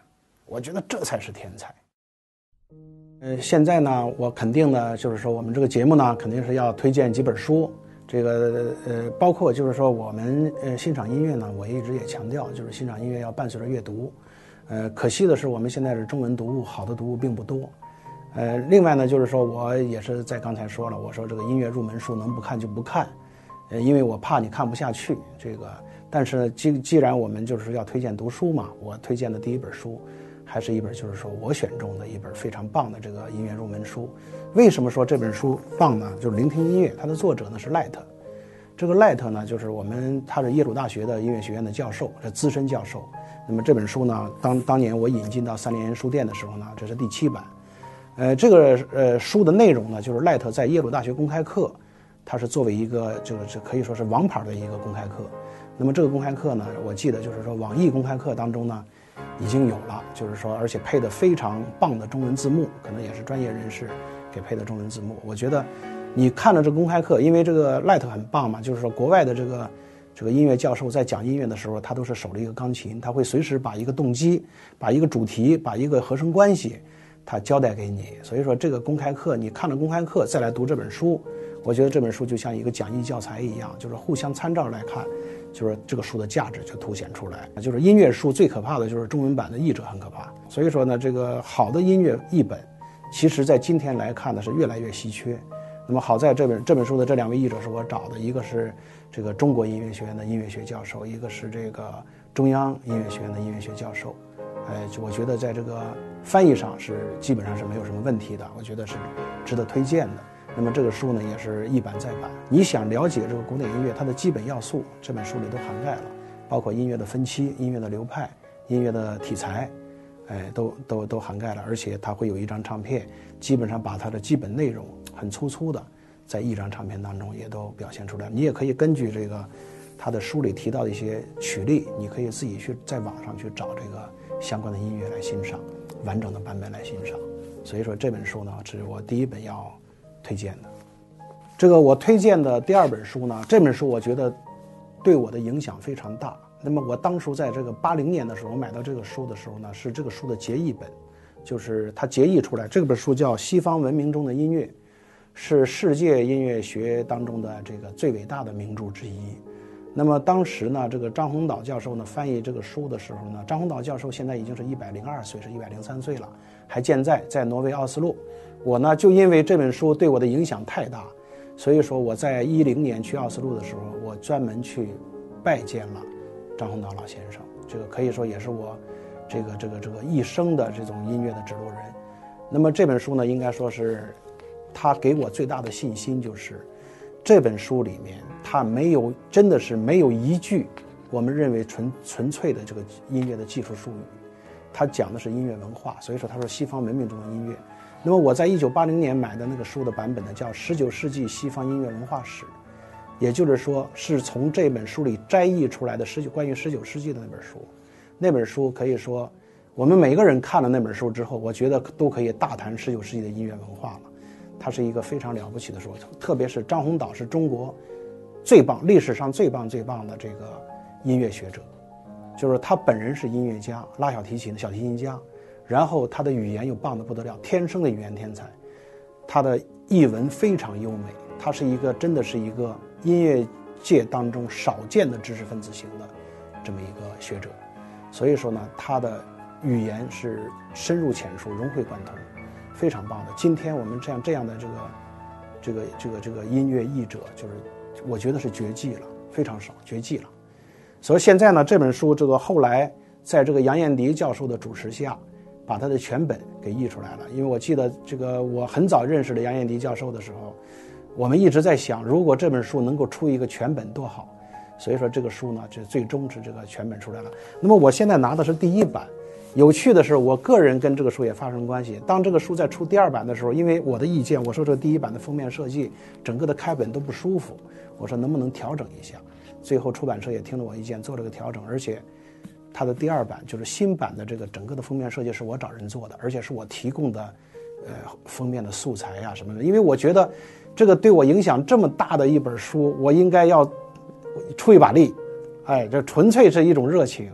我觉得这才是天才。现在呢，我肯定呢，就是说我们这个节目呢，肯定是要推荐几本书。这个包括就是说我们欣赏音乐呢，我一直也强调，就是欣赏音乐要伴随着阅读。可惜的是，我们现在的中文读物好的读物并不多。另外呢，就是说我也是在刚才说了，我说这个音乐入门书能不看就不看，因为我怕你看不下去。这个，但是既然我们就是要推荐读书嘛，我推荐的第一本书。还是一本就是说我选中的一本非常棒的这个音乐入门书。为什么说这本书棒呢？就是聆听音乐，它的作者呢是赖特。这个赖特呢，就是他是耶鲁大学的音乐学院的教授，是资深教授。那么这本书呢，当年我引进到三联书店的时候呢，这是第7版。这个书的内容呢，就是赖特在耶鲁大学公开课，他是作为一个就是可以说是王牌的一个公开课。那么这个公开课呢，我记得就是说网易公开课当中呢已经有了，就是说而且配的非常棒的中文字幕，可能也是专业人士给配的中文字幕。我觉得你看了这个公开课，因为这个赖特很棒嘛，就是说国外的这个音乐教授在讲音乐的时候，他都是手着一个钢琴，他会随时把一个动机、把一个主题、把一个和声关系他交代给你。所以说这个公开课，你看了公开课再来读这本书，我觉得这本书就像一个讲义教材一样，就是互相参照来看，就是这个书的价值就凸显出来。就是音乐书最可怕的就是中文版的译者很可怕。所以说呢，这个好的音乐译本，其实在今天来看呢是越来越稀缺。那么好在这本书的这2位译者是我找的，一个是这个中国音乐学院的音乐学教授，一个是这个中央音乐学院的音乐学教授。我觉得在这个翻译上是基本上是没有什么问题的，我觉得是值得推荐的。那么这个书呢也是一版再版，你想了解这个古典音乐它的基本要素，这本书里都涵盖了，包括音乐的分期、音乐的流派、音乐的题材，都涵盖了。而且它会有一张唱片，基本上把它的基本内容很粗粗的在一张唱片当中也都表现出来。你也可以根据这个他的书里提到的一些曲例，你可以自己去在网上去找这个相关的音乐来欣赏，完整的版本来欣赏。所以说这本书呢是我第一本要推荐的。这个我推荐的第2本书呢，这本书我觉得对我的影响非常大。那么我当初在这个80年的时候，我买到这个书的时候呢，是这个书的结译本，就是它结译出来，这本书叫《西方文明中的音乐》，是世界音乐学当中的这个最伟大的名著之一。那么当时呢，这个张宏导教授呢翻译这个书的时候呢，张宏导教授现在已经是102岁，是103岁了，还健在挪威奥斯陆。我呢就因为这本书对我的影响太大，所以说我在10年去奥斯陆的时候，我专门去拜见了张宏导老先生。这个可以说也是我这个一生的这种音乐的指路人。那么这本书呢，应该说是他给我最大的信心，就是这本书里面他真的是没有一句我们认为纯粹的这个音乐的技术术语，他讲的是音乐文化。所以说他说西方文明中的音乐。那么我在1980年买的那个书的版本呢，叫《19世纪西方音乐文化史》，也就是说是从这本书里摘译出来的关于19世纪的那本书。那本书可以说我们每个人看了那本书之后，我觉得都可以大谈19世纪的音乐文化了。它是一个非常了不起的书，特别是张宏导是中国最棒、历史上最棒的这个音乐学者，就是他本人是音乐家，拉小提琴的小提琴家，然后他的语言又棒得不得了，天生的语言天才，他的译文非常优美，他是真的是一个音乐界当中少见的知识分子型的这么一个学者。所以说呢，他的语言是深入浅出、融会贯通，非常棒的。今天我们这样的这个音乐译者，就是我觉得是绝迹了，非常少，绝迹了。所以现在呢，这本书后来在这个杨彦迪教授的主持下，把他的全本给译出来了。因为我记得我很早认识的杨彦迪教授的时候，我们一直在想，如果这本书能够出一个全本多好。所以说这个书呢，就最终是这个全本出来了。那么我现在拿的是第1版。有趣的是，我个人跟这个书也发生关系。当这个书在出第2版的时候，因为我的意见，我说这第1版的封面设计，整个的开本都不舒服，我说能不能调整一下。最后出版社也听了我意见，做了个调整，而且它的第2版就是新版的这个整个的封面设计是我找人做的，而且是我提供的封面的素材呀什么的。因为我觉得这个对我影响这么大的一本书，我应该要出一把力，这纯粹是一种热情。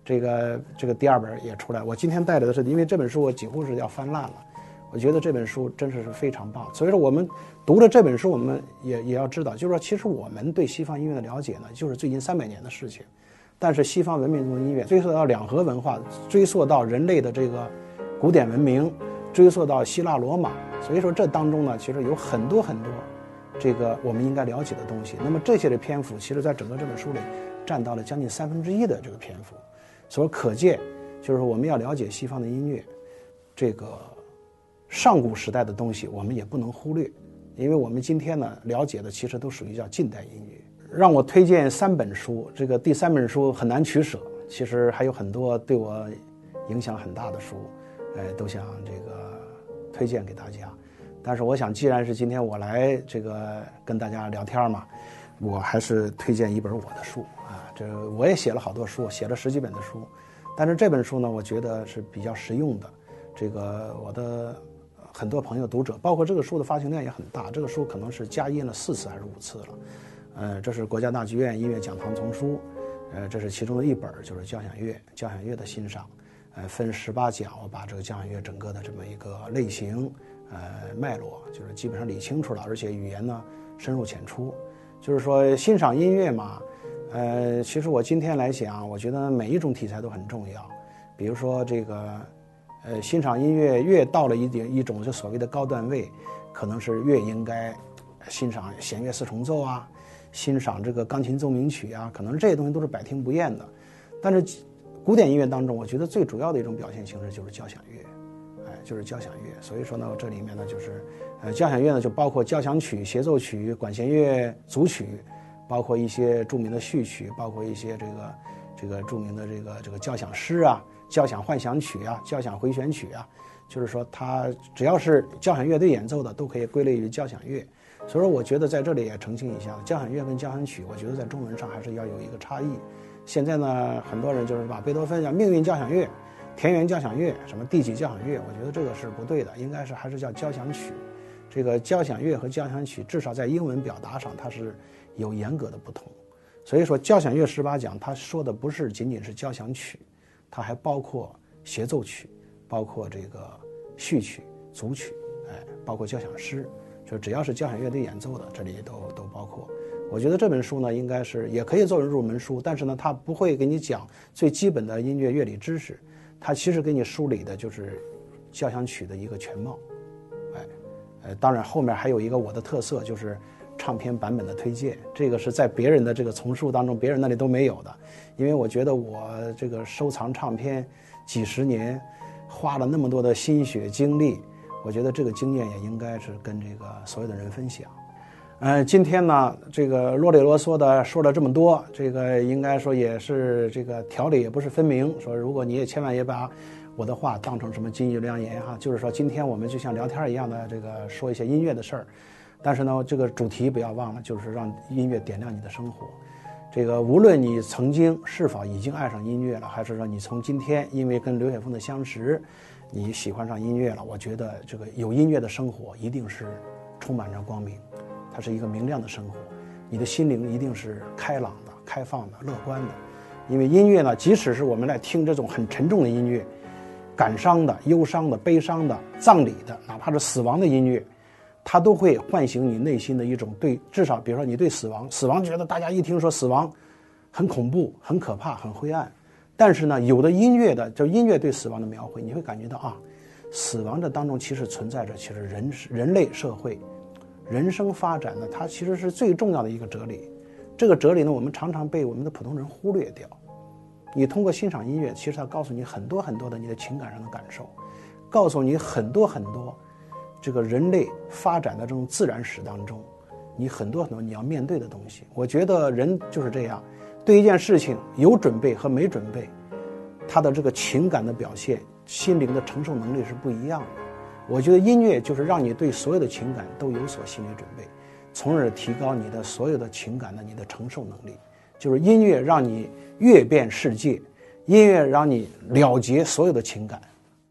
这个第2本也出来。我今天带来的是，因为这本书我几乎是要翻烂了，我觉得这本书真是非常棒。所以说我们读了这本书，我们也要知道，就是说其实我们对西方音乐的了解呢，就是最近300年的事情。但是西方文明中的音乐追溯到两河文化，追溯到人类的这个古典文明，追溯到希腊罗马，所以说这当中呢，其实有很多这个我们应该了解的东西。那么这些的篇幅，其实在整个这本书里占到了将近1/3的这个篇幅，所以可见就是我们要了解西方的音乐，这个上古时代的东西我们也不能忽略，因为我们今天呢了解的其实都属于叫近代音乐。让我推荐3本书，这个第3本书很难取舍，其实还有很多对我影响很大的书，都想这个推荐给大家。但是我想，既然是今天我来这个跟大家聊天嘛，我还是推荐一本我的书啊。这我也写了好多书，写了10几本的书，但是这本书呢，我觉得是比较实用的。这个我的很多朋友读者，包括这个书的发行量也很大，这个书可能是加印了4次还是5次了。这是国家大剧院音乐讲堂丛书，这是其中的一本，就是交响乐的欣赏，分18讲，我把这个交响乐整个的这么一个类型，脉络，就是基本上理清楚了，而且语言呢深入浅出。就是说欣赏音乐嘛，其实我今天来讲，我觉得每一种题材都很重要。比如说这个，欣赏音乐越到了一种就所谓的高段位，可能是越应该欣赏弦乐4重奏啊。欣赏这个钢琴奏鸣曲啊，可能这些东西都是百听不厌的。但是古典音乐当中，我觉得最主要的一种表现形式就是交响乐，就是交响乐。所以说呢，这里面呢就是交响乐呢就包括交响曲、协奏曲、管弦乐组曲，包括一些著名的序曲，包括一些这个著名的这个交响诗啊、交响幻想曲啊、交响回旋曲啊，就是说它只要是交响乐队演奏的，都可以归类于交响乐。所以说我觉得在这里也澄清一下，交响乐跟交响曲我觉得在中文上还是要有一个差异。现在呢很多人就是把贝多芬叫命运交响乐、田园交响乐、什么第几交响乐，我觉得这个是不对的，应该是还是叫交响曲。这个交响乐和交响曲至少在英文表达上它是有严格的不同。所以说交响乐18讲它说的不是仅仅是交响曲，它还包括协奏曲，包括这个序曲、组曲，包括交响诗，就只要是交响乐队演奏的，这里都包括。我觉得这本书呢，应该是也可以作为入门书，但是呢，它不会给你讲最基本的音乐乐理知识，它其实给你梳理的就是交响曲的一个全貌。当然后面还有一个我的特色，就是唱片版本的推荐，这个是在别人的这个丛书当中，别人那里都没有的。因为我觉得我这个收藏唱片几十年，花了那么多的心血精力，我觉得这个经验也应该是跟这个所有的人分享。今天呢，这个啰里啰嗦的说了这么多，这个应该说也是这个条理也不是分明。说如果你也千万也把我的话当成什么金玉良言哈，就是说今天我们就像聊天一样的这个说一些音乐的事儿，但是呢，这个主题不要忘了，就是让音乐点亮你的生活。这个无论你曾经是否已经爱上音乐了，还是说你从今天因为跟刘雪峰的相识，你喜欢上音乐了，我觉得这个有音乐的生活一定是充满着光明，它是一个明亮的生活，你的心灵一定是开朗的、开放的、乐观的。因为音乐呢，即使是我们来听这种很沉重的音乐，感伤的、忧伤的、悲伤的、葬礼的，哪怕是死亡的音乐，它都会唤醒你内心的一种对，至少比如说你对死亡觉得大家一听说死亡很恐怖、很可怕、很灰暗，但是呢，有的音乐的就音乐对死亡的描绘，你会感觉到啊，死亡这当中其实存在着其实人类社会人生发展呢，它其实是最重要的一个哲理。这个哲理呢，我们常常被我们的普通人忽略掉。你通过欣赏音乐，其实它告诉你很多很多的你的情感上的感受，告诉你很多很多这个人类发展的这种自然史当中，你很多很多你要面对的东西。我觉得人就是这样，对一件事情有准备和没准备，他的这个情感的表现、心灵的承受能力是不一样的。我觉得音乐就是让你对所有的情感都有所心理准备，从而提高你的所有的情感的你的承受能力。就是音乐让你阅遍世界，音乐让你了结所有的情感。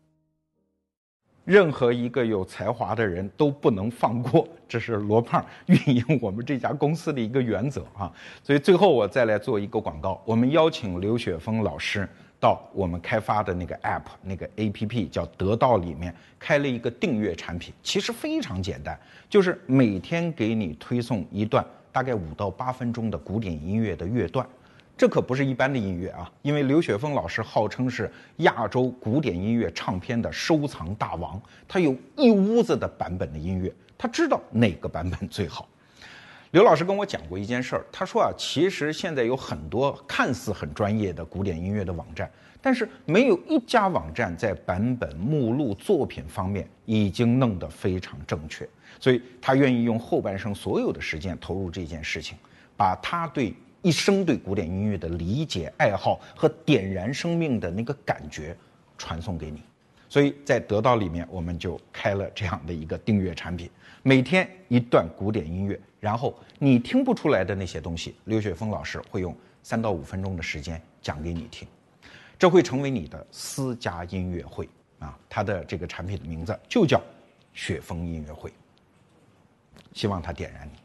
任何一个有才华的人都不能放过，这是罗胖运营我们这家公司的一个原则啊。所以最后我再来做一个广告，我们邀请刘雪峰老师到我们开发的那个 app 那个 app 叫得到里面开了一个订阅产品，其实非常简单，就是每天给你推送一段大概5到8分钟的古典音乐的乐段。这可不是一般的音乐啊，因为刘雪峰老师号称是亚洲古典音乐唱片的收藏大王，他有一屋子的版本的音乐，他知道哪个版本最好。刘老师跟我讲过一件事儿，他说啊，其实现在有很多看似很专业的古典音乐的网站，但是没有一家网站在版本、目录、作品方面已经弄得非常正确，所以他愿意用后半生所有的时间投入这件事情，把他对一生对古典音乐的理解、爱好和点燃生命的那个感觉传送给你。所以在得到里面，我们就开了这样的一个订阅产品，每天一段古典音乐，然后你听不出来的那些东西，刘雪峰老师会用3到5分钟的时间讲给你听，这会成为你的私家音乐会啊！它的这个产品的名字就叫雪峰音乐会，希望它点燃你。